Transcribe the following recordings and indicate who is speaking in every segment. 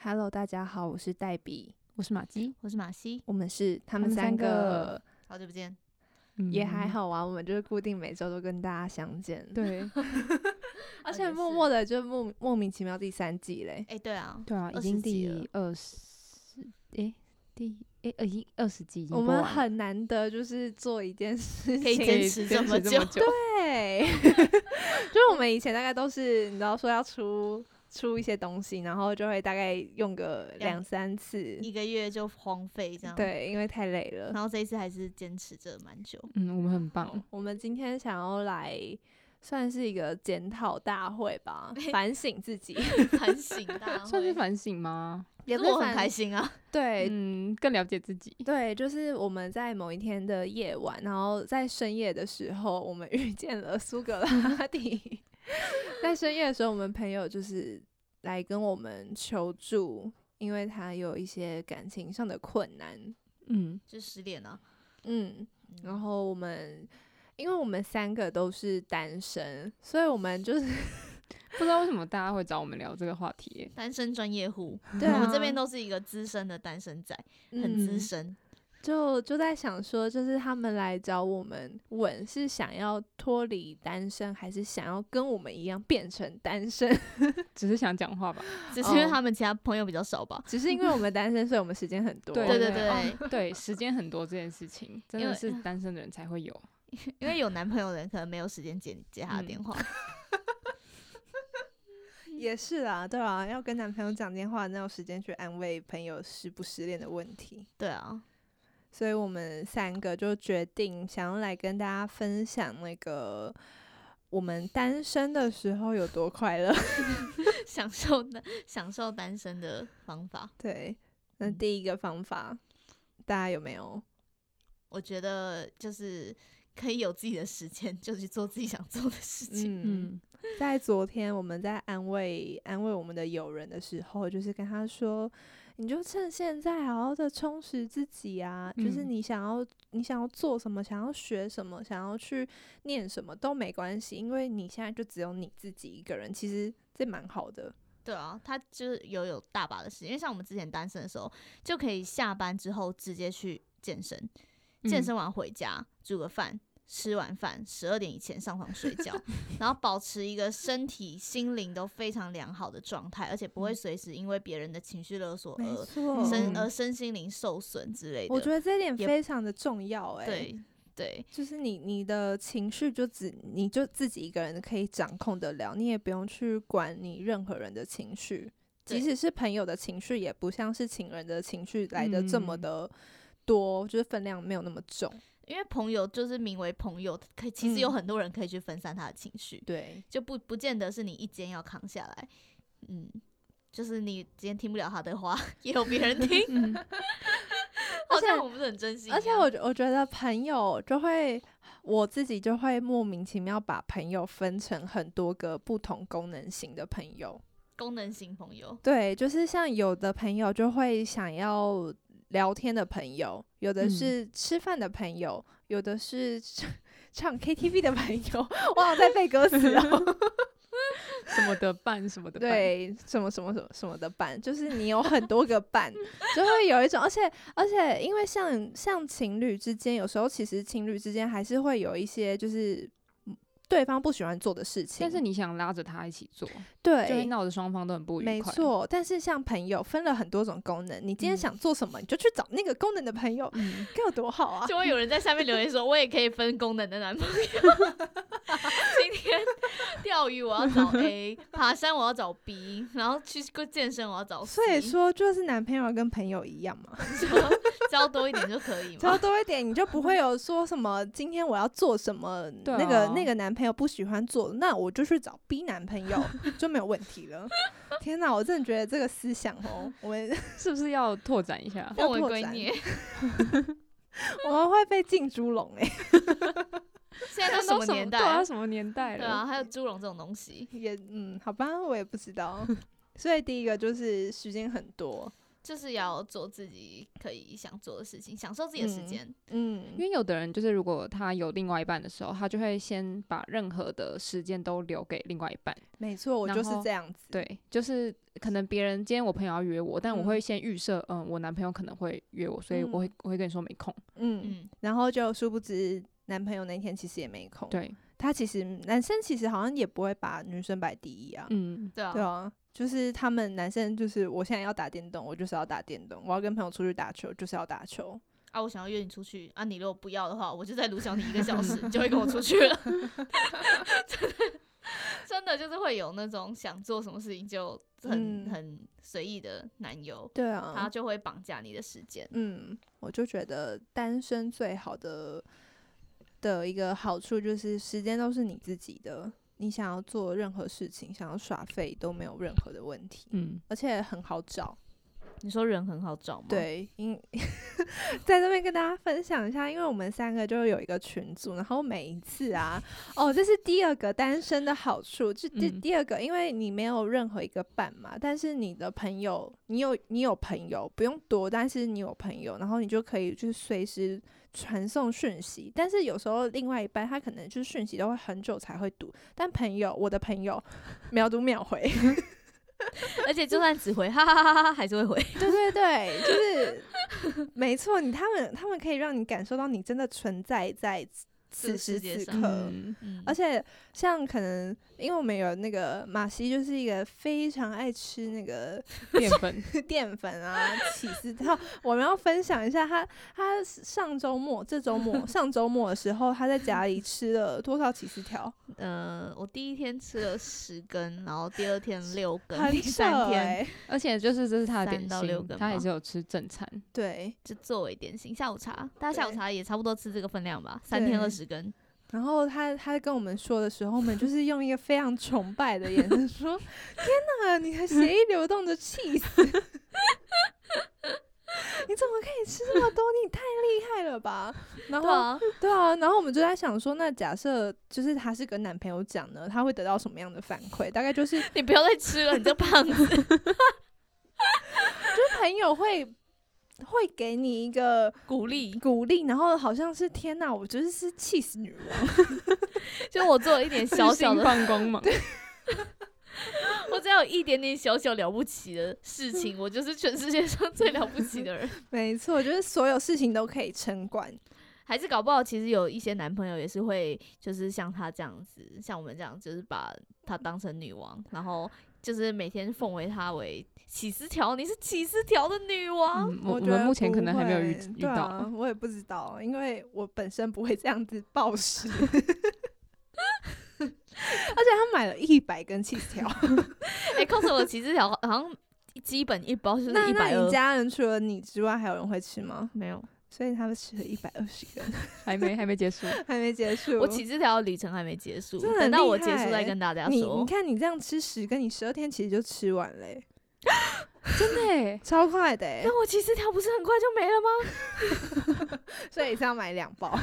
Speaker 1: Hello， 大家好，我是黛比，
Speaker 2: 我是马基，
Speaker 3: 我是马西，
Speaker 1: 我们是他们三个，
Speaker 3: 好久不见，
Speaker 1: 也还好啊，我们就是固定每周都跟大家相见，
Speaker 2: 对，
Speaker 1: 而且默默的就莫名其妙第3季嘞，
Speaker 3: 对啊，
Speaker 2: 对啊，已经第20，已经20集已经
Speaker 1: 我
Speaker 2: 播完了，
Speaker 1: 们很难得就是做一件事情
Speaker 3: 可以坚持这么久，
Speaker 1: 对，就是我们以前大概都是你知道说要出一些东西，然后就会大概用个2-3次
Speaker 3: ，1个月就荒废这样。
Speaker 1: 对，因为太累了。
Speaker 3: 然后这一次还是坚持着蛮久。
Speaker 2: 我们很棒。
Speaker 1: 我们今天想要来算是一个检讨大会吧，反省自己，
Speaker 3: 反省大会，
Speaker 2: 算是反省吗？
Speaker 1: 也不是
Speaker 3: 我很开心啊。
Speaker 1: 对，
Speaker 2: 更了解自己。
Speaker 1: 对，就是我们在某一天的夜晚，然后在深夜的时候，我们遇见了苏格拉底。在深夜的时候，我们朋友就是来跟我们求助，因为他有一些感情上的困难，
Speaker 3: 就失恋啊，
Speaker 1: 然后因为我们3个都是单身，所以我们就是
Speaker 2: 不知道为什么大家会找我们聊这个话题耶。
Speaker 3: 单身专业户，
Speaker 1: 对啊，
Speaker 3: 我们这边都是一个资深的单身仔，很资深。
Speaker 1: 就在想说，就是他们来找我们问，是想要脱离单身，还是想要跟我们一样变成单身？
Speaker 2: 只是想讲话吧，
Speaker 3: 只是因为他们其他朋友比较少吧。
Speaker 1: 只是因为我们单身，所以我们时间很多。
Speaker 2: 对
Speaker 3: 对
Speaker 2: 对，时间很多这件事情，真的是单身的人才会有。
Speaker 3: 因为有男朋友的人可能没有时间接他的电话。
Speaker 1: 也是啦，对啊，要跟男朋友讲电话，哪有时间去安慰朋友失不失恋的问题？
Speaker 3: 对啊。
Speaker 1: 所以我们3个就决定想要来跟大家分享那个我们单身的时候有多快乐，
Speaker 3: 享受单身的方法。
Speaker 1: 对，那第一个方法，大家有没有？
Speaker 3: 我觉得就是可以有自己的时间，就去做自己想做的事情。
Speaker 1: 在昨天我们在安慰我们的友人的时候，就是跟他说，你就趁现在好好的充实自己啊，就是你想要做什么，想要学什么，想要去念什么都没关系，因为你现在就只有你自己一个人，其实这蛮好的。
Speaker 3: 对啊，他就是有大把的时间，因为像我们之前单身的时候，就可以下班之后直接去健身，健身完回家煮个饭，吃完饭12点以前上床睡觉，然后保持一个身体心灵都非常良好的状态，而且不会随时因为别人的情绪勒索而身心灵受损之类的。
Speaker 1: 我觉得这一点非常的重要
Speaker 3: 对，
Speaker 1: 就是你的情绪你就自己一个人可以掌控得了，你也不用去管你任何人的情绪，即使是朋友的情绪，也不像是情人的情绪来的这么的多，就是分量没有那么重。
Speaker 3: 因为朋友就是名为朋友，其实有很多人可以去分散他的情绪，
Speaker 1: 对，
Speaker 3: 就不见得是你一肩要扛下来，就是你今天听不了他的话，也有别人听，好像我不是很真心一样。
Speaker 1: 而且我觉得朋友我自己就会莫名其妙把朋友分成很多个不同功能型的朋友，
Speaker 3: 功能型朋友，
Speaker 1: 对，就是像有的朋友就会想要聊天的朋友，有的是吃饭的朋友，有的是唱 KTV 的朋友，我好像在背歌词哦。
Speaker 2: 什么的伴，什么的伴，
Speaker 1: 对，什么的伴，就是你有很多个伴，就会有一种，而且因为像情侣之间，有时候其实情侣之间还是会有一些就是对方不喜欢做的事情，
Speaker 2: 但是你想拉着他一起做，
Speaker 1: 对，
Speaker 2: 就会闹得双方都很不愉快。
Speaker 1: 没错，但是像朋友分了很多种功能，你今天想做什么，你就去找那个功能的朋友，该有多好啊！
Speaker 3: 就会有人在下面留言说，我也可以分功能的男朋友。今天钓鱼我要找 A， 爬山我要找 B， 然后去健身我要找 C。
Speaker 1: 所以说，就是男朋友跟朋友一样嘛，
Speaker 3: 交多一点就可以嘛。
Speaker 1: 交多一点，你就不会有说什么今天我要做什么，那个男朋友不喜欢做，那我就去找 B 男朋友就没有问题了。天哪，我真的觉得这个思想我们
Speaker 2: 是不是要拓展一下？
Speaker 3: 奉为圭臬，
Speaker 1: 我们会被进猪笼
Speaker 3: 现在都什么年代？
Speaker 2: 对啊，什么年代了？
Speaker 3: 对啊，还有猪笼这种东西，
Speaker 1: 也好吧，我也不知道。所以第一个就是时间很多，
Speaker 3: 就是要做自己可以想做的事情，享受自己的时间。
Speaker 2: 因为有的人就是如果他有另外一半的时候，他就会先把任何的时间都留给另外一半。
Speaker 1: 没错，我就是这样子。
Speaker 2: 对，就是可能别人今天我朋友要约我，但我会先预设，我男朋友可能会约我，所以我会跟你说没空。
Speaker 1: 然后就殊不知男朋友那天其实也没空。
Speaker 2: 对，
Speaker 1: 他其实男生其实好像也不会把女生摆第一啊。
Speaker 3: 对
Speaker 1: 啊，就是他们男生就是我现在要打电动，我就是要打电动；我要跟朋友出去打球，就是要打球。
Speaker 3: 啊，我想要约你出去啊，你如果不要的话，我就再鲁小你1个小时，你就会跟我出去了。真的就是会有那种想做什么事情就很随意的男友，
Speaker 1: 对啊，
Speaker 3: 他就会绑架你的时间。
Speaker 1: 我就觉得单身最好的一个好处就是时间都是你自己的，你想要做任何事情，想要耍废都没有任何的问题，而且很好找。
Speaker 3: 你说人很好找吗？
Speaker 1: 对，在这边跟大家分享一下，因为我们3个就有一个群组，然后每一次啊，这是第2个单身的好处，就第2个，因为你没有任何一个伴嘛，但是你的朋友，你有朋友，不用多，但是你有朋友，然后你就可以就是随时传送讯息，但是有时候另外一半他可能就是讯息都会很久才会读，但我的朋友秒读秒回。
Speaker 3: 而且就算只回哈哈哈哈还是会回。
Speaker 1: 对，就是没错，他们可以让你感受到你真的存在在此时此刻。而且像可能因为我们有那个马西就是一个非常爱吃那个淀粉啊起司条，我们要分享一下他上周末的时候他在家里吃了多少起司条。
Speaker 3: 我第一天吃了10根，然后第2天6根，
Speaker 1: 很
Speaker 3: 第3天，
Speaker 2: 而且这是他的点
Speaker 3: 3到6根，
Speaker 2: 他也是有吃正餐。
Speaker 3: 对，就作为点心，下午茶，大家下午茶也差不多吃这个分量吧，3天20根。
Speaker 1: 然后他跟我们说的时候，我们就是用一个非常崇拜的眼神说：“天哪，你的血液流动着气死！你怎么可以吃这么多？你太厉害了吧！”然后对啊，然后我们就在想说，那假设就是他是跟男朋友讲呢，他会得到什么样的反馈？大概就是
Speaker 3: 你不要再吃了，你这胖子。就是
Speaker 1: 朋友会给你一个鼓励，然后好像是天哪，我就是气死女王，
Speaker 3: 就我做了一点小小的
Speaker 2: 放光芒，
Speaker 3: 我只要有一点点小小了不起的事情，我就是全世界上最了不起的人。
Speaker 1: 没错，就是所有事情都可以撑管。
Speaker 3: 还是搞不好，其实有一些男朋友也是会，就是像他这样子，像我们这样，就是把他当成女王，然后就是每天奉为他为起司条，你是起司条的女王。
Speaker 2: 我们目前可能还没有遇到，
Speaker 1: 我也不知道，因为我本身不会这样子暴食。而且他买了100根起司条。
Speaker 3: Costco 的起司条好像基本一包就是120。
Speaker 1: 那你家人除了你之外，还有人会吃吗？
Speaker 3: 没有。
Speaker 1: 所以他们吃了120根，
Speaker 2: 还没结束，
Speaker 1: 还没结束。
Speaker 3: 我起司条的旅程还没结束，等到我结束再跟大家说。
Speaker 1: 你看你这样吃10根，你12天其实就吃完了。
Speaker 2: 真的耶，
Speaker 1: 超快的。
Speaker 3: 那我起司条不是很快就没了吗？
Speaker 1: 所以是要买2包。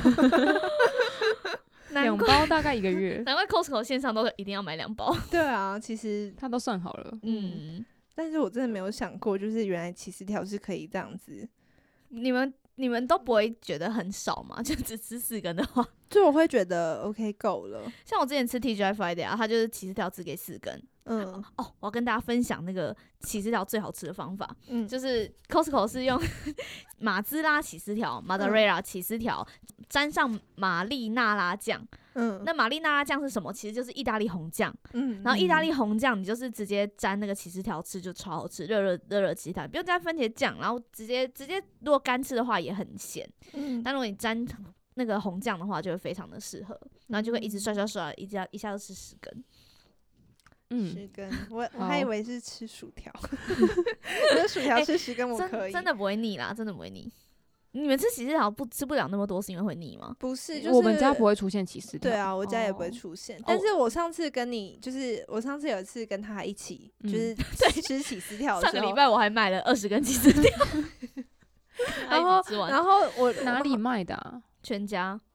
Speaker 2: 2包大概1个月。
Speaker 3: 难怪 Costco 线上都一定要买2包。
Speaker 1: 对啊，其实
Speaker 2: 他都算好了。
Speaker 1: 但是我真的没有想过，就是原来起司条是可以这样子。
Speaker 3: 你们都不会觉得很少吗？就只吃4根的话，
Speaker 1: 就我会觉得 OK 够了。
Speaker 3: 像我之前吃 TGI Friday 啊，它就是起司条只给4根。我要跟大家分享那个起司条最好吃的方法，就是 Costco 是用马兹拉起司条 （Mozzarella 起司条）沾上玛丽娜拉酱。那玛丽娜拉酱是什么？其实就是意大利红酱。然后意大利红酱你就是直接沾那个起司条吃，就超好吃，热起司条，不用加番茄酱，然后直接如果干吃的话也很咸。但如果你沾那个红酱的话，就会非常的适合，然后就会一直刷，一下就吃10根。
Speaker 1: 10根，我还以为是吃薯条。我的薯条吃10根我可以，
Speaker 3: 真的不会腻啦，真的不会腻。你们吃起司条吃不了那么多，是因为会腻吗？
Speaker 1: 不是，就是
Speaker 2: 我们家不会出现起司条。
Speaker 1: 对啊，我家也不会出现。但是我上次跟你，就是我上次有一次跟他一起，就是吃起司条的时候，
Speaker 3: 上个礼拜我还买了20根起司条。
Speaker 1: 然后我
Speaker 2: 哪里卖的啊？
Speaker 3: 全家。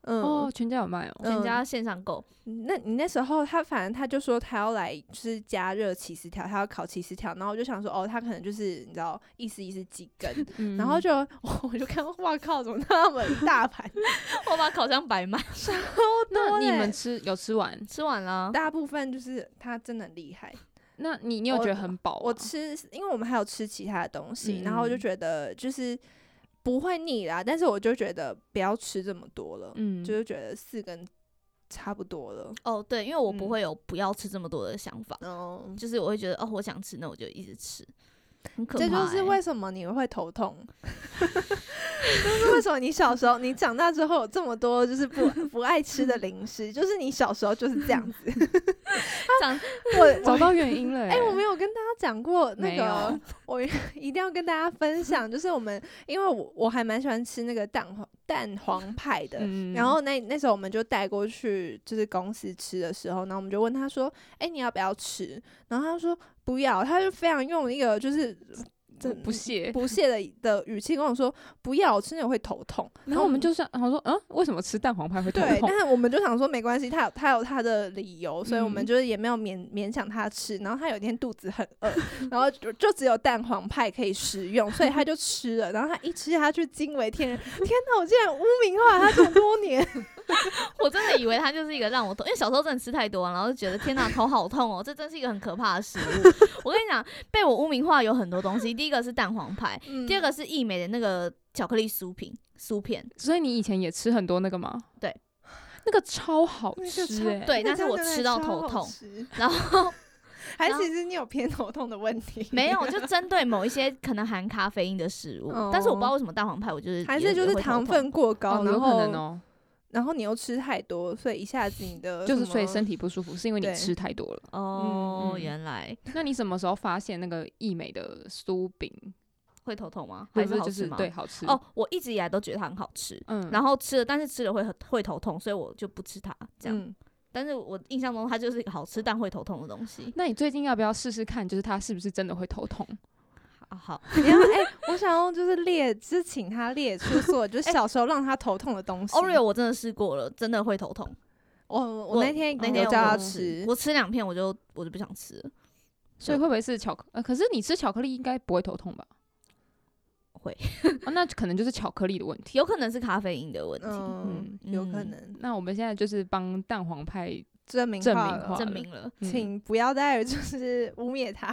Speaker 2: 全家有卖哦，
Speaker 3: 全家线上购。
Speaker 1: 那你那时候反正他就说他要来就是加热起司条，他要烤起司条，然后我就想说他可能就是你知道意思几根，然后我就看哇靠，怎么那么一大盘，
Speaker 3: 我把烤箱摆满，
Speaker 1: 超多。
Speaker 2: 那你们有吃完？
Speaker 3: 吃完了，
Speaker 1: 大部分就是他真的很厉害。
Speaker 2: 那你有觉得很饱吗？
Speaker 1: 我吃，因为我们还有吃其他的东西，然后我就觉得就是不会腻啦，但是我就觉得不要吃这么多了，就是觉得4根差不多了。
Speaker 3: 对，因为我不会有不要吃这么多的想法，就是我会觉得我想吃，那我就一直吃，很可怕欸。
Speaker 1: 这就是为什么你会头痛，就是为什么你小时候，你长大之后有这么多就是不爱吃的零食，就是你小时候就是这样子。
Speaker 2: 我找到原因了欸。
Speaker 1: 我没有跟大家讲过那个，我一定要跟大家分享，就是因为我还蛮喜欢吃那个蛋黄派的，然后那时候我们就带过去就是公司吃的时候，然后我们就问他说，你要不要吃？然后他说不要，他就非常用一个就是
Speaker 2: 不屑
Speaker 1: 的语气跟我说不要，我吃那个会头痛。
Speaker 2: 然后我们就想说为什么吃蛋黄派会头痛？
Speaker 1: 对，但是我们就想说没关系，他有他的理由，所以我们就是也没有勉强他吃。然后他有一天肚子很饿，然后就只有蛋黄派可以食用，所以他就吃了。然后他一吃下去惊为天人，天哪！我竟然污名化他这么多年。
Speaker 3: 我真的以为它就是一个让我痛，因为小时候真的吃太多，然后就觉得天哪，头好痛哦，这真是一个很可怕的食物。我跟你讲，被我污名化有很多东西，第一个是蛋黄派，第二个是益美的那个巧克力酥片。
Speaker 2: 所以你以前也吃很多那个吗？
Speaker 3: 对，
Speaker 2: 那个超好吃
Speaker 3: 对，但是我吃到头痛，然后。
Speaker 1: 还其实你有偏头痛的问题？
Speaker 3: 没有，就针对某一些可能含咖啡因的食物，但是我不知道为什么蛋黄派我就是
Speaker 1: 还是就是糖分过高，
Speaker 2: 有可能哦。
Speaker 1: 然后你又吃太多，所以一下子你的
Speaker 2: 就是所以身体不舒服，是因为你吃太多了。
Speaker 3: 原来。
Speaker 2: 那你什么时候发现那个益美的酥饼
Speaker 3: 会头痛吗？
Speaker 2: 还
Speaker 3: 是好吃吗？
Speaker 2: 对，好吃。
Speaker 3: 我一直以来都觉得它很好吃，然后但是吃了会头痛，所以我就不吃它这样。但是我印象中它就是一个好吃但会头痛的东西。
Speaker 2: 那你最近要不要试试看，就是它是不是真的会头痛？
Speaker 3: 好，
Speaker 1: 我想要就是请他列出所有就是小时候让他头痛的东西。
Speaker 3: Oreo 我真的试过了，真的会头痛。
Speaker 1: 我那天叫他吃，
Speaker 3: 我吃2片我就不想吃了。
Speaker 2: 所以会不会是可是你吃巧克力应该不会头痛吧？
Speaker 3: 会。
Speaker 2: 那可能就是巧克力的问题，
Speaker 3: 有可能是咖啡因的问题。
Speaker 1: 有可能。
Speaker 2: 那我们现在就是帮蛋黄派
Speaker 1: 证明了，请不要再就是污蔑他。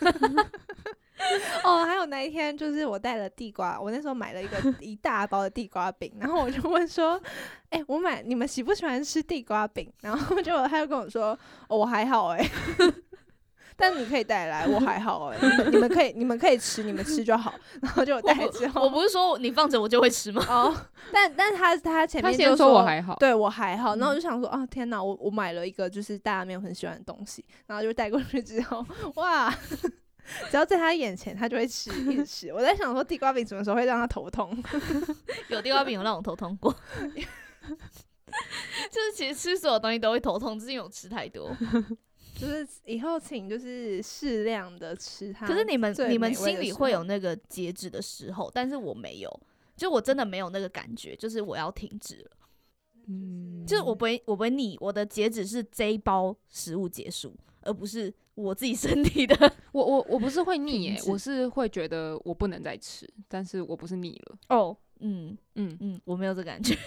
Speaker 1: 还有那一天就是我带了地瓜，我那时候买了一大包的地瓜饼，然后我就问说，你们喜不喜欢吃地瓜饼？然后结果他就跟我说，我还好但你可以带来，我还好你们可以吃，你们吃就好。然后就带来之后，
Speaker 3: 我不是说你放着我就会吃吗？
Speaker 1: 但他前面就
Speaker 2: 先说我还好，
Speaker 1: 对我还好。然后我就想说，天哪，我买了一个就是大家没有很喜欢的东西，然后就带过去之后，哇！只要在他眼前，他就会吃，一直吃。我在想说，地瓜饼什么时候会让他头痛？
Speaker 3: 有地瓜饼有让我头痛过，就是其实吃所有东西都会头痛，只是因为我吃太多。
Speaker 1: 就是以后请就是适量的吃它。
Speaker 3: 可是你们心里会有那个节制的时候，但是我没有，就我真的没有那个感觉，就是我要停止了。就是我不会腻，我的节制是这一包食物结束，而不是我自己身体的。
Speaker 2: 我不是会腻我是会觉得我不能再吃，但是我不是腻了。
Speaker 3: 我没有这感觉。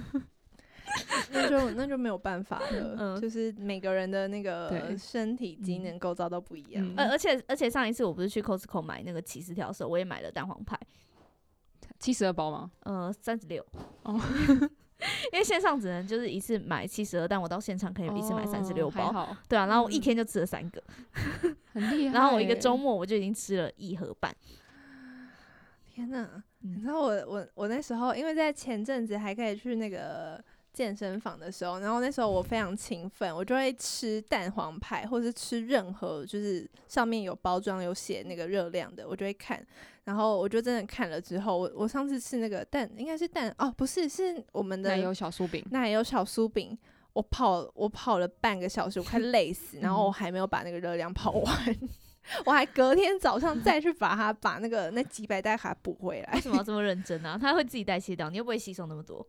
Speaker 1: 那就没有办法了。就是每个人的那个身体机能构造都不一样。
Speaker 3: 而且上一次我不是去 Costco 买那个起司条的时候，我也买了蛋黄派
Speaker 2: ，72包吗
Speaker 3: ？36。因为线上只能就是一次买72，但我到现场可以一次买36包。对啊，然后我一天就吃了3个，
Speaker 2: 很厉害。
Speaker 3: 然后我一个周末我就已经吃了1盒半。
Speaker 1: 天哪！你知道我那时候因为在前阵子还可以去那个健身房的时候，然后那时候我非常勤奋，我就会吃蛋黄派，或是吃任何就是上面有包装有写那个热量的，我就会看。然后我就真的看了之后，我上次吃那个应该是不是，是我们的
Speaker 2: 奶油小酥饼。
Speaker 1: 奶油小酥饼，我跑了半个小时，我快累死，然后我还没有把那个热量跑完。我还隔天早上再去把那几百大卡补回来。
Speaker 3: 为什么要这么认真啊？它会自己代谢掉，你又不会吸收那么多。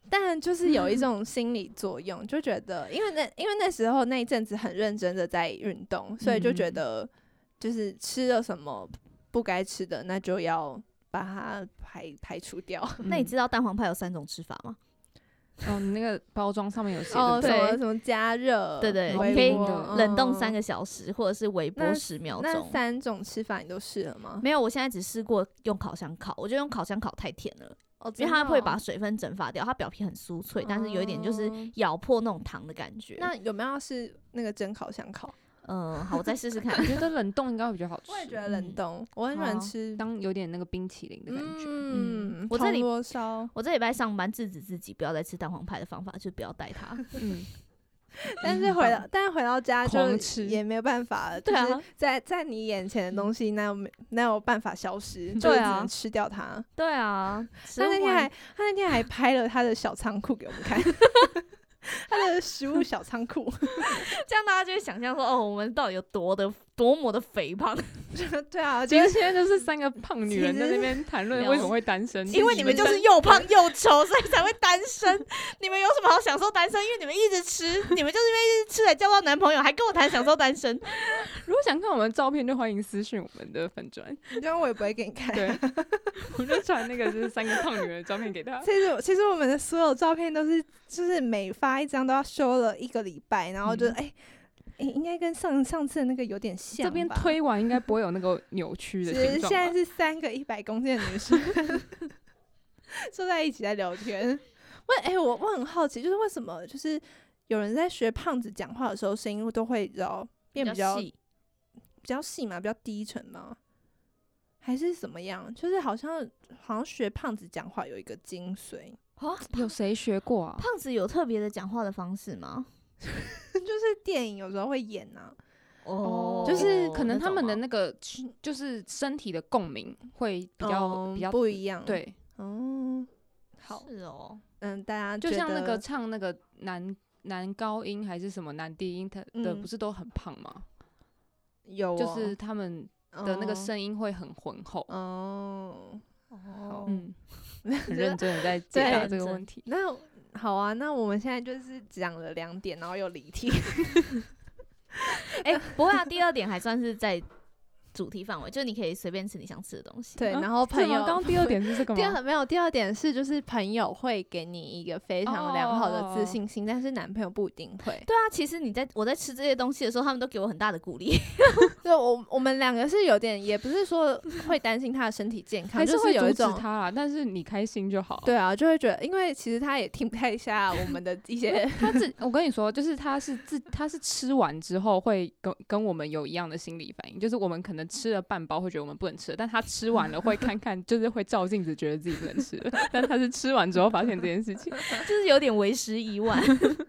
Speaker 1: 但就是有一种心理作用，就觉得因为那时候那一阵子很认真的在运动，所以就觉得就是吃了什么不该吃的，那就要把它排除掉。
Speaker 3: 那你知道蛋黄派有3种吃法吗？
Speaker 2: 你那个包装上面有写
Speaker 1: 什
Speaker 3: 对
Speaker 1: 么加热，
Speaker 3: 对对，
Speaker 1: 微
Speaker 3: 你可以
Speaker 1: 波
Speaker 3: 冷冻3个小时，或者是微波10秒
Speaker 1: 那
Speaker 3: 钟。
Speaker 1: 3种吃法你都试了吗？
Speaker 3: 没有，我现在只试过用烤箱烤，我觉得用烤箱烤太甜了。因为
Speaker 1: 真的
Speaker 3: 它会把水分蒸发掉，它表皮很酥脆，但是有一点就是咬破那种糖的感觉。
Speaker 1: 那有没有要试那个蒸烤箱烤？
Speaker 3: 好，我再试试看。
Speaker 2: 我觉得冷冻应该会比较好吃。
Speaker 1: 我也觉得冷冻，我很喜欢吃，
Speaker 2: 当有点那个冰淇淋的感觉。
Speaker 3: 我这里
Speaker 1: 铜锣烧，
Speaker 3: 我这礼拜上班制止自己不要再吃蛋黄派的方法，就不要带它。
Speaker 1: 但是回到家就
Speaker 2: 狂吃
Speaker 1: 也没有办法了。
Speaker 3: 对啊，
Speaker 1: 就是在你眼前的东西，哪有办法消失？就
Speaker 3: 对啊，
Speaker 1: 只能吃掉它。
Speaker 3: 对啊，
Speaker 1: 他那天还拍了他的小仓库给我们看。他的食物小仓库，
Speaker 3: 这样大家就会想象说，我们到底有多么的肥胖。
Speaker 1: 对啊，
Speaker 2: 今天就是3个胖女人在那边谈论为什么会单身，
Speaker 3: 因为你们就是又胖又丑，所以才会单身。你们有什么好享受单身？因为你们一直吃，你们就是因为一直吃才交不到男朋友，还跟我谈享受单身。
Speaker 2: 如果想看我们的照片，就欢迎私讯我们的粉专，
Speaker 1: 这样我也不会给你看。
Speaker 2: 对，我就传那个就是3个胖女人的照片给他。
Speaker 1: 其实我们的所有照片都是就是每发一张都要修了1个礼拜，然后就应该跟上次的那个有点像吧。
Speaker 2: 这边推完应该不会有那个扭曲的形状吧。
Speaker 1: 现在是3个100公斤的女生坐在一起在聊天。我很好奇，就是为什么就是有人在学胖子讲话的时候，声音都会变比较细嘛，比较低沉吗？还是怎么样？就是好像学胖子讲话有一个精髓。
Speaker 2: 有谁学过啊？
Speaker 3: 胖子有特别的讲话的方式吗？
Speaker 1: 就是电影有时候会演啊。
Speaker 2: 就是可能他们的那个就是身体的共鸣会比较
Speaker 1: 不一样。
Speaker 2: 对，
Speaker 1: 好，
Speaker 3: 是哦，
Speaker 1: 大家
Speaker 2: 就像那个唱那个男高音还是什么男低音的不是都很胖吗？
Speaker 1: 有，
Speaker 2: 就是他们的那个声音会很浑厚。很认真的在解答这个问题。
Speaker 1: 那好啊，那我们现在就是讲了2点，然后又离题。
Speaker 3: 不会啊，第2点还算是在主题范围，就是你可以随便吃你想吃的东西。
Speaker 1: 对，然后朋友，
Speaker 2: 刚刚第2点是这个吗？
Speaker 1: 没有，第2点是就是朋友会给你一个非常良好的自信心，但是男朋友不一定会。
Speaker 3: 对啊，其实我在吃这些东西的时候，他们都给我很大的鼓励。
Speaker 1: 对，我们2个是有点，也不是说会担心他的身体健康，
Speaker 2: 还是
Speaker 1: 会有一种
Speaker 2: 他啦，但是你开心就好。
Speaker 1: 对啊，就会觉得，因为其实他也听不太下我们的一些
Speaker 2: 我跟你说，就是他是吃完之后会跟我们有一样的心理反应，就是我们可能吃了半包会觉得我们不能吃了，但他吃完了会看看，就是会照镜子觉得自己不能吃了，但他是吃完之后发现这件事情，
Speaker 3: 就是有点为时已晚。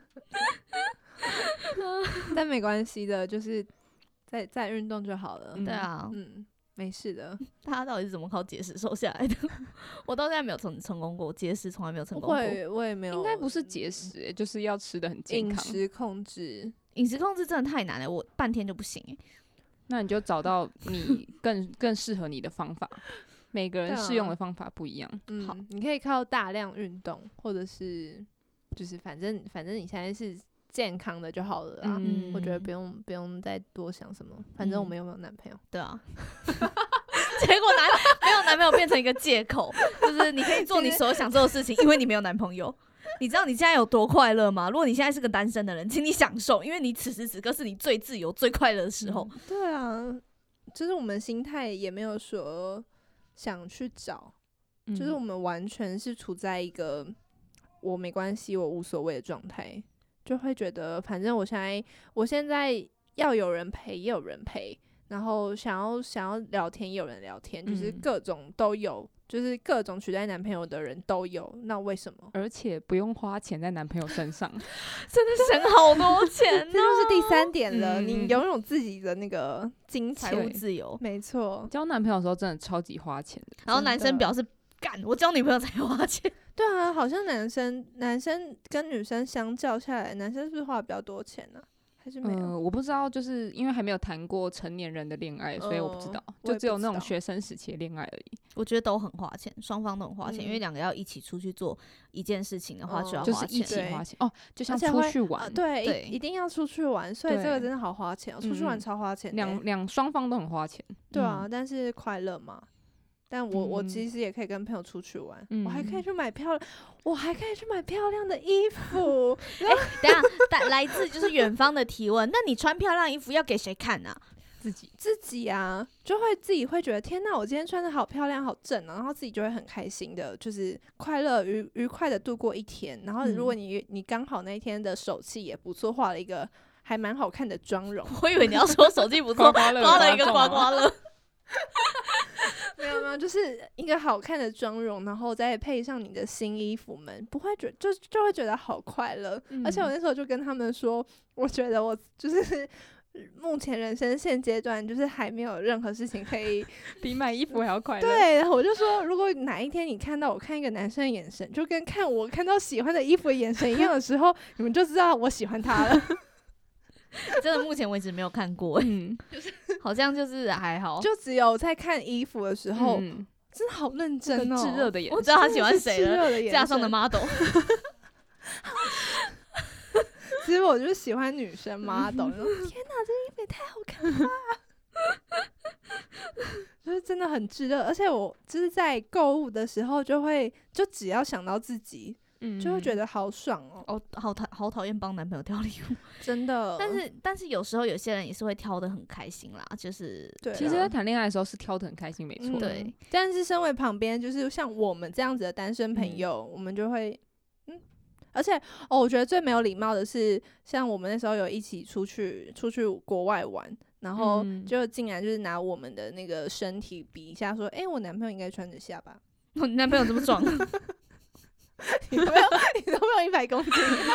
Speaker 1: 但没关系的，就是在运动就好了。
Speaker 3: 对啊，
Speaker 1: 没事的。
Speaker 3: 大家到底是怎么靠节食瘦下来的？我到现在没有成功过，节食从来没有成功过。
Speaker 1: 我也没有，
Speaker 2: 应该不是节食，就是要吃的很健康。
Speaker 1: 饮食控制
Speaker 3: 真的太难了，我半天就不行。
Speaker 2: 那你就找到你更适合你的方法，每个人适用的方法不一样。
Speaker 1: 好，你可以靠大量运动，或者是就是反正你现在是健康的就好了啦。我觉得不用再多想什么，反正我们又没有男朋友。
Speaker 3: 对啊。结果没有男朋友变成一个借口，就是你可以做你所有想做的事情，因为你没有男朋友。你知道你现在有多快乐吗？如果你现在是个单身的人，请你享受，因为你此时此刻是你最自由、最快乐的时候。
Speaker 1: 对啊，就是我们心态也没有说想去找，就是我们完全是处在一个我没关系，我无所谓的状态，就会觉得反正我现在要有人陪也有人陪，然后想要聊天也有人聊天，就是各种都有。就是各种取代男朋友的人都有，那为什么？
Speaker 2: 而且不用花钱在男朋友身上，
Speaker 3: 真的省好多钱
Speaker 1: 这就是第3点了。你拥有自己的那个金钱
Speaker 3: 财务自由，
Speaker 1: 没错。
Speaker 2: 交男朋友的时候真的超级花钱的，
Speaker 3: 然后男生表示干，我交女朋友才花钱。
Speaker 1: 对啊，好像男生跟女生相较下来，男生是不是花比较多钱呢？ 还是没有？
Speaker 2: 我不知道，就是因为还没有谈过成年人的恋爱，所以我不知道，就只有那种学生时期的恋爱而已。
Speaker 3: 我觉得都很花钱，双方都很花钱，因为2个要一起出去做一件事情的话，就要
Speaker 2: 就是
Speaker 3: 花钱。
Speaker 2: 一起花钱哦，就像出去玩，
Speaker 1: 对，一定要出去玩，所以这个真的好花钱，出去玩超花钱的，
Speaker 2: 双方都很花钱。
Speaker 1: 对啊，但是快乐嘛。但我其实也可以跟朋友出去玩，我还可以去买漂亮的衣服。
Speaker 3: 等一下，来自就是远方的提问，那你穿漂亮衣服要给谁看啊？
Speaker 1: 自己啊，就会自己会觉得天哪，我今天穿的好漂亮，好正啊，然后自己就会很开心的，就是快乐愉快的度过一天。然后如果你刚好那一天的手气也不错，画了一个还蛮好看的妆容，
Speaker 3: 我以为你要说手气不错，刮了一个刮刮乐。
Speaker 1: 没有，就是一个好看的妆容，然后再配上你的新衣服们，不会就会觉得好快乐。而且我那时候就跟他们说，我觉得我就是目前人生现阶段，就是还没有任何事情可以
Speaker 2: 比买衣服还要快乐。
Speaker 1: 对，然后我就说，如果哪一天你看到我看一个男生的眼神，就跟看我看到喜欢的衣服的眼神一样的时候，你们就知道我喜欢他了。
Speaker 3: 真的目前为止没有看过，好像就是还好，
Speaker 1: 就只有在看衣服的时候，真的好认真哦，
Speaker 2: 炙热的眼神，
Speaker 3: 我知道他喜欢谁了，架上的 model。
Speaker 1: 其实我就是喜欢女生 model， 天哪，这衣服也太好看了，就是真的很炙热，而且我就是在购物的时候就只要想到自己。就会觉得好爽哦！
Speaker 3: 好讨厌帮男朋友挑礼物，
Speaker 1: 真的。
Speaker 3: 但是有时候有些人也是会挑得很开心啦，就是
Speaker 1: 对。
Speaker 2: 其实，在谈恋爱的时候是挑得很开心，没错。
Speaker 3: 对。
Speaker 1: 但是身为旁边，就是像我们这样子的单身朋友，我们就会而且我觉得最没有礼貌的是，像我们那时候有一起出去国外玩。然后就竟然就是拿我们的那个身体比一下，说：“我男朋友应该穿得下吧？”
Speaker 3: 你男朋友这么壮？
Speaker 1: 你都没有100公斤。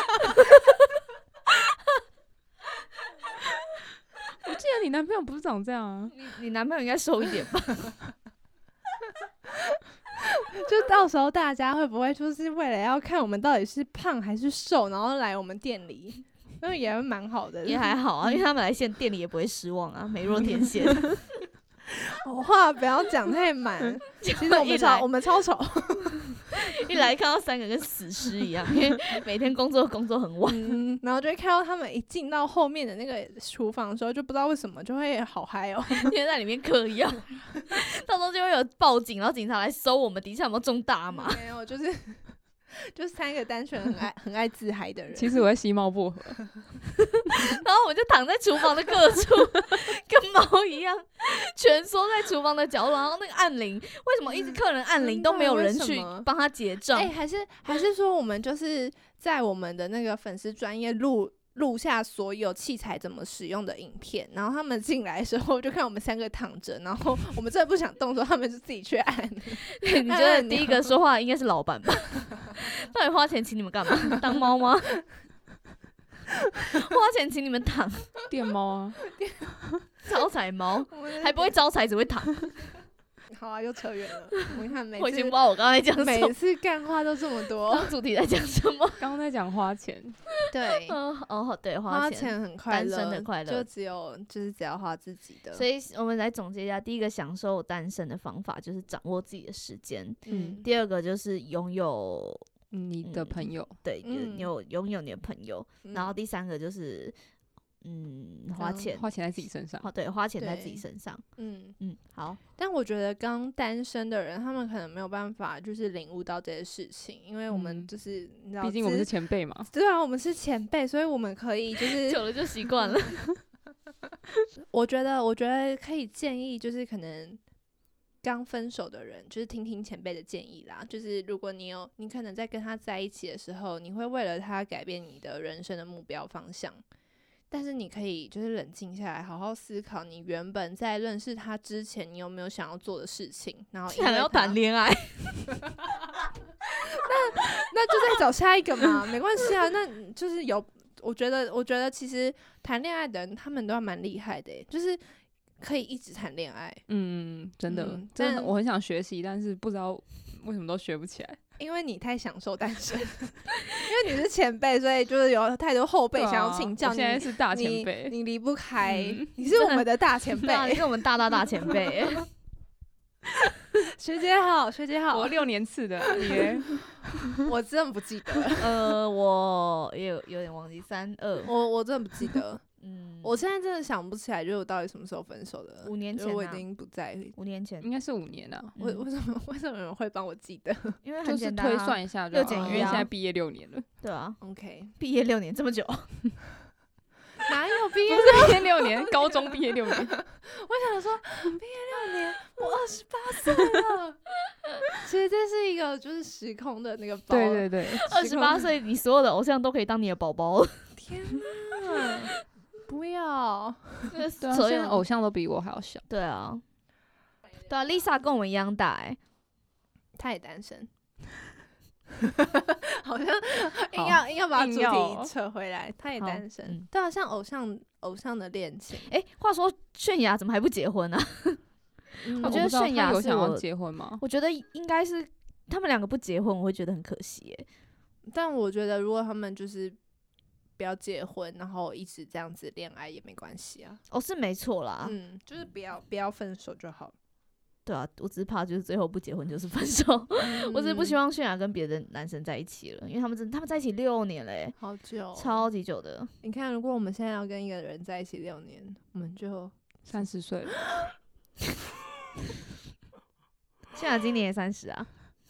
Speaker 2: 我记得你男朋友不是长这样啊？
Speaker 3: 你男朋友应该瘦一点吧？
Speaker 1: 就到时候大家会不会就是为了要看我们到底是胖还是瘦，然后来我们店里？因为也蛮好的，
Speaker 3: 也还好啊，因为他们来店里也不会失望啊，美若天仙。
Speaker 1: 我话不要讲太满，其实我们超丑。
Speaker 3: 一来看到3个跟死尸一样，因为每天工作很晚，
Speaker 1: 然后就会看到他们一进到后面的那个厨房的时候，就不知道为什么就会好嗨哦，
Speaker 3: 因为在里面嗑药，到时候就会有报警，然后警察来搜我们底下有没有中大麻。
Speaker 1: 没有，就是3个单纯很爱自嗨的人。
Speaker 2: 其实我在吸猫薄荷，
Speaker 3: 然后我就躺在厨房的各处，跟猫一样，蜷缩在厨房的角落。然后那个按铃，为什么一直客人按铃都没有人去帮他结账？
Speaker 1: 还是说我们就是在我们的那个粉丝专页录下所有器材怎么使用的影片，然后他们进来的时候就看我们3个躺着，然后我们真的不想动的时候，他们就自己去按。
Speaker 3: 你觉得第一个说话应该是老板吧？到底花钱请你们干嘛？当猫吗？花钱请你们躺
Speaker 2: 电猫啊，
Speaker 3: 招财猫还不会招财，只会躺。
Speaker 1: 好啊，又扯远了。你看，
Speaker 3: 我已经不知道我刚才讲什么，
Speaker 1: 每次干话都这么多。
Speaker 3: 主题在讲什么？
Speaker 2: 刚刚在讲花钱。
Speaker 1: 对，
Speaker 3: 对，
Speaker 1: 花钱很快乐，
Speaker 3: 单身的快乐，
Speaker 1: 就只要花自己的。
Speaker 3: 所以我们来总结一下：第一个，享受单身的方法就是掌握自己的时间；第二个就是拥有
Speaker 2: 你的朋友，
Speaker 3: 对，拥有你的朋友；然后第三个就是花钱
Speaker 2: 在自己身上，
Speaker 3: 对，花钱在自己身上。好。
Speaker 1: 但我觉得刚单身的人，他们可能没有办法就是领悟到这些事情，因为我们就是你知道，
Speaker 2: 毕竟我们是前辈嘛。
Speaker 1: 对啊，我们是前辈，所以我们可以就是
Speaker 3: 久了就习惯了。
Speaker 1: 我觉得可以建议，就是可能刚分手的人，就是听听前辈的建议啦。就是如果你可能在跟他在一起的时候，你会为了他改变你的人生的目标方向。但是你可以就是冷静下来，好好思考你原本在认识他之前，你有没有想要做的事情，然后
Speaker 3: 想要谈恋爱，
Speaker 1: 那就再找下一个嘛，没关系啊。那就是我觉得其实谈恋爱的人他们都还蛮厉害的，就是可以一直谈恋爱。
Speaker 2: 真的，真的我很想学习，但是不知道为什么都学不起来。
Speaker 1: 因为你太享受单身，因为你是前辈，所以就是有太多后辈想要请教你。
Speaker 2: 我现在是大前辈，
Speaker 1: 你离不开，你是我们的大前辈，
Speaker 3: 你是我们大前辈。
Speaker 1: 学姐好，学姐好，
Speaker 2: 我6年次的，你耶？
Speaker 1: 我真的不记得。
Speaker 3: 我也有点忘记32，
Speaker 1: 我真的不记得。我现在真的想不起来，就是我到底什么时候分手的。
Speaker 3: 5年前啊，
Speaker 1: 我已经不在。
Speaker 3: 5年前
Speaker 2: 应该是5年啊。
Speaker 1: 为什么有人会帮我记得？
Speaker 3: 因为
Speaker 2: 就是
Speaker 3: 很简单啊，
Speaker 2: 推算一下就好，
Speaker 3: 6减1啊
Speaker 2: 因为现在毕业6年了。
Speaker 3: 对啊，
Speaker 1: OK，
Speaker 3: 毕业6年这么久，
Speaker 1: 哪有毕业？
Speaker 2: 毕业6年，高中毕业6年。
Speaker 1: 我想说，毕业6年，我28岁了。其实这是一个就是时空的那个包。
Speaker 2: 对对对，
Speaker 3: 28岁，你所有的偶像都可以当你的宝宝了。
Speaker 1: 天哪！不要。
Speaker 2: 对啊，
Speaker 3: 所有
Speaker 2: 现在偶像都比我还要小。
Speaker 3: 对啊，对啊 ，Lisa 跟我们一样大
Speaker 1: 他也单身。好像硬要把主题扯回来，他也单身。对啊，像偶像的恋情。
Speaker 3: 话说泫雅怎么还不结婚啊？我觉得泫雅
Speaker 2: 有想要
Speaker 3: 我
Speaker 2: 结婚吗？
Speaker 3: 我觉得应该是他们2个不结婚，我会觉得很可惜耶。
Speaker 1: 但我觉得如果他们就是不要结婚，然后一直这样子恋爱也没关系啊。
Speaker 3: 是没错啦。
Speaker 1: 就是不要分手就好。
Speaker 3: 对啊，我只是怕就是最后不结婚就是分手。我只是不希望泫雅跟别的男生在一起了，因为他们在一起6年了耶，
Speaker 1: 好久，
Speaker 3: 超级久的。
Speaker 1: 你看，如果我们现在要跟一个人在一起6年，我们就
Speaker 2: 30岁了。
Speaker 3: 泫雅今年也30啊。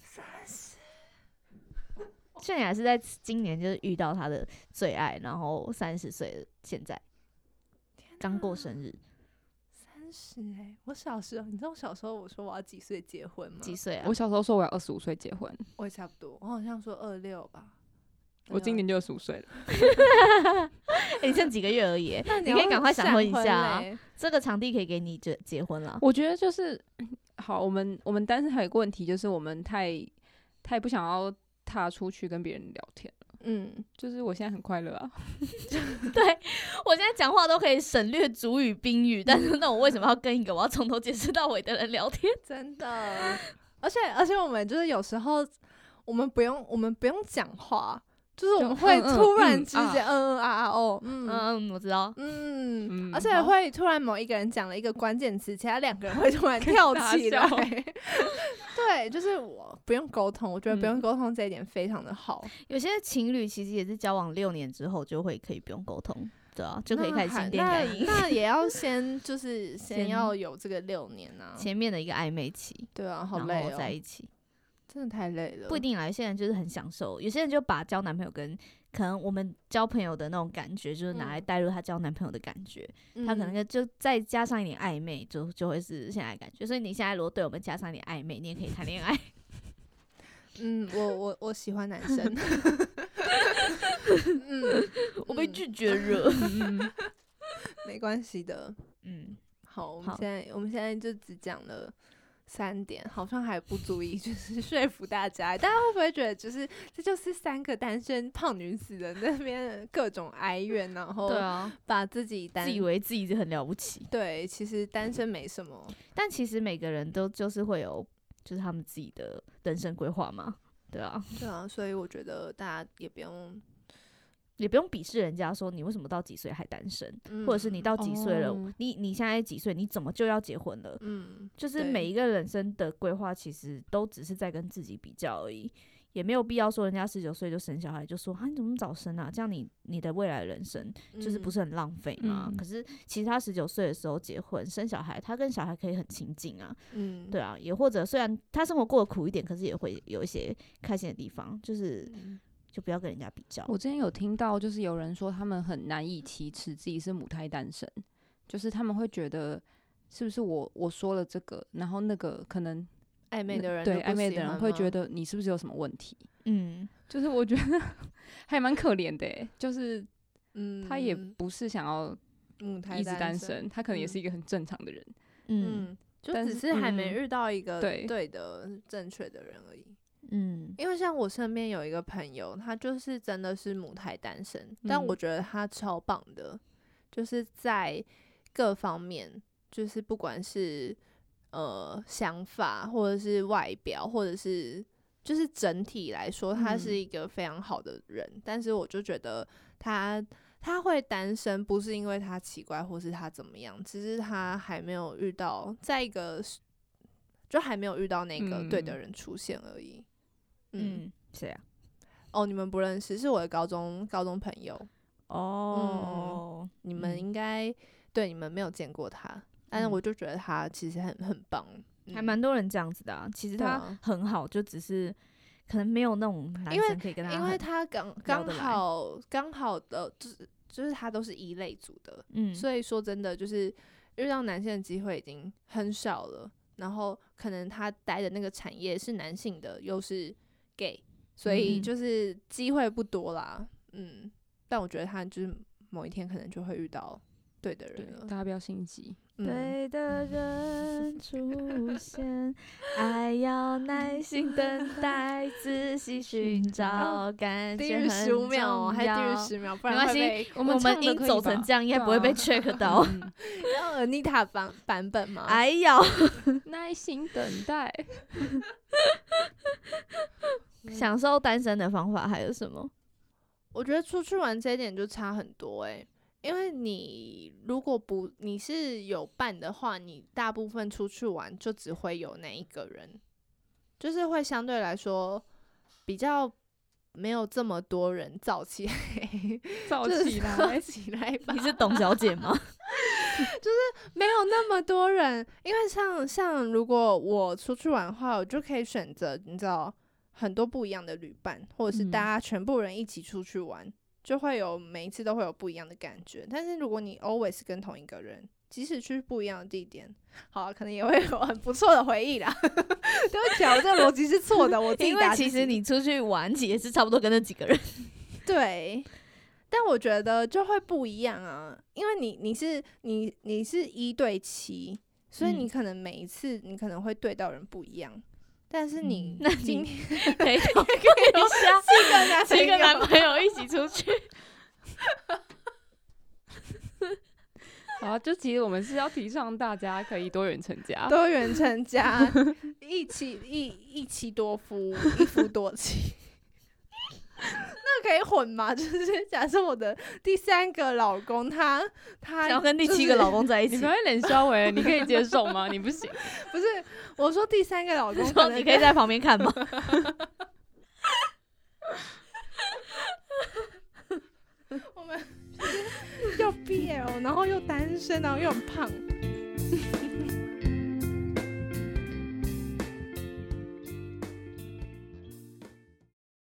Speaker 3: 泫雅是在今年就是遇到他的最爱，然后30岁了，现在刚过生日。
Speaker 1: 30我小时候，你知道我小时候我说我要几岁结婚吗？
Speaker 3: 几岁啊？
Speaker 2: 我小时候说我要25岁结婚，
Speaker 1: 我也差不多，我好像说26吧。
Speaker 2: 我今年就25岁了。
Speaker 3: 你剩几个月而已，你可以赶快闪婚一下啊！这个场地可以给你结婚了。
Speaker 2: 我觉得就是好，我们单身还有一个问题，就是我们太不想要踏出去跟别人聊天了。就是我现在很快乐啊。
Speaker 3: 对，我现在讲话都可以省略主语宾语，但是那我为什么要跟一个我要从头解释到尾的人聊天？
Speaker 1: 真的，而且我们就是有时候我们不用讲话。就是我们会突然之间
Speaker 3: 我知道，
Speaker 1: 而且会突然某一个人讲了一个关键词，其他2个人会突然跳起来。对，就是我不用沟通，我觉得不用沟通这一点非常的好。
Speaker 3: 有些情侣其实也是交往6年之后就会可以不用沟通，对啊，就可以开始心电感应。
Speaker 1: 那也要先要有这个6年啊，
Speaker 3: 前面的一个暧昧期，
Speaker 1: 对啊，好累
Speaker 3: 然后在一起。
Speaker 1: 真的太累了，
Speaker 3: 不一定啦。有些人就是很享受，有些人就把交男朋友跟可能我们交朋友的那种感觉，就是拿来带入他交男朋友的感觉。他可能就再加上一点暧昧，就会是现在的感觉。所以你现在如果对我们加上一点暧昧，你也可以谈恋爱。
Speaker 1: 我喜欢男生。
Speaker 3: 我被拒绝了。
Speaker 1: 没关系的。好，我们现在就只讲了3点，好像还不足以就是说服大家。大家会不会觉得就是这就是3个单身胖女子的那边各种哀怨，然后把自己自
Speaker 3: 以为自己很了不起。
Speaker 1: 对，其实单身没什么，
Speaker 3: 但其实每个人都就是会有就是他们自己的人生规划嘛，对啊，
Speaker 1: 所以我觉得大家也不
Speaker 3: 用鄙视人家说你为什么到几岁还单身，或者是你到几岁了，你现在几岁，你怎么就要结婚了？就是每一个人生的规划其实都只是在跟自己比较而已，也没有必要说人家19岁就生小孩就说你怎么早生啊？这样你的未来的人生就是不是很浪费吗？可是其实他19岁的时候结婚生小孩，他跟小孩可以很亲近啊，对啊，也或者虽然他生活过得苦一点，可是也会有一些开心的地方，就是就不要跟人家比较。
Speaker 2: 我之前有听到，就是有人说他们很难以启齿自己是母胎单身，就是他们会觉得是不是我说了这个，然后那个可能
Speaker 1: 暧昧的人
Speaker 2: 对暧昧的人会觉得你是不是有什么问题？就是我觉得还蛮可怜的耶，就是他也不是想要一直单身，他可能也是一个很正常的人，
Speaker 1: 就只是还没遇到一个对的正确的人而已。因为像我身边有一个朋友，他就是真的是母胎单身，但我觉得他超棒的，就是在各方面，就是不管是想法，或者是外表，或者是就是整体来说他是一个非常好的人，但是我就觉得他会单身不是因为他奇怪或是他怎么样，只是他还没有遇到就还没有遇到那个对的人出现而已。
Speaker 3: 谁啊？
Speaker 1: 哦，你们不认识，是我的高中朋友。
Speaker 3: 哦，
Speaker 1: 你们应该对，你们没有见过他，但是我就觉得他其实很棒，
Speaker 3: 还蛮多人这样子的啊。其实他很好，就只是可能没有那种男生可以跟他，
Speaker 1: 因为他刚好的就是他都是一类组的，所以说真的就是遇到男性的机会已经很少了。然后可能他待的那个产业是男性的，又是 gay， 所以就是机会不多啦。但我觉得他就是某一天可能就会遇到对的人了，
Speaker 2: 大家不要心急。
Speaker 3: 对的人出现，爱要耐心等待，仔细寻找，感觉很重要。低于15秒
Speaker 1: 还低于10秒，不然会被
Speaker 3: 我们音走成这样，应该不会被 check 到。
Speaker 1: 要 Anita 版本吗？
Speaker 3: 哎呀，
Speaker 2: 耐心等待。
Speaker 3: 享受单身的方法还有什么？
Speaker 1: 我觉得出去玩这一点就差很多因为你如果你是有伴的话，你大部分出去玩就只会有那一个人，就是会相对来说比较没有这么多人造起来吧。
Speaker 3: 你是董小姐吗？
Speaker 1: 就是没有那么多人，因为像如果我出去玩的话，我就可以选择你知道很多不一样的旅伴，或者是大家全部人一起出去玩，就会有每一次都会有不一样的感觉。但是如果你 always 跟同一个人，即使去不一样的地点，好可能也会有很不错的回忆啦。对不起，我这个逻辑是错的，我自己打自己。
Speaker 3: 因为其实你出去玩也是差不多跟那几个人。
Speaker 1: 对，但我觉得就会不一样啊，因为你是1对7，所以你可能每一次你可能会对到人不一样。但是你今天
Speaker 3: 可以考虑一下
Speaker 1: 7个
Speaker 3: 男朋友一起出去。
Speaker 2: 好，就其实我们是要提倡大家可以多元成家，一妻多夫，一夫多妻。那可以混吗？就是假设我的第3个老公他
Speaker 3: 想要跟第7个老公在一起，
Speaker 2: 你不要脸消委，你可以接受吗？你不行。
Speaker 1: 不是，我说第3个老公可能
Speaker 3: 你可以在旁边看吗？
Speaker 1: 我们又 BL， 然后又单身，然后又很胖。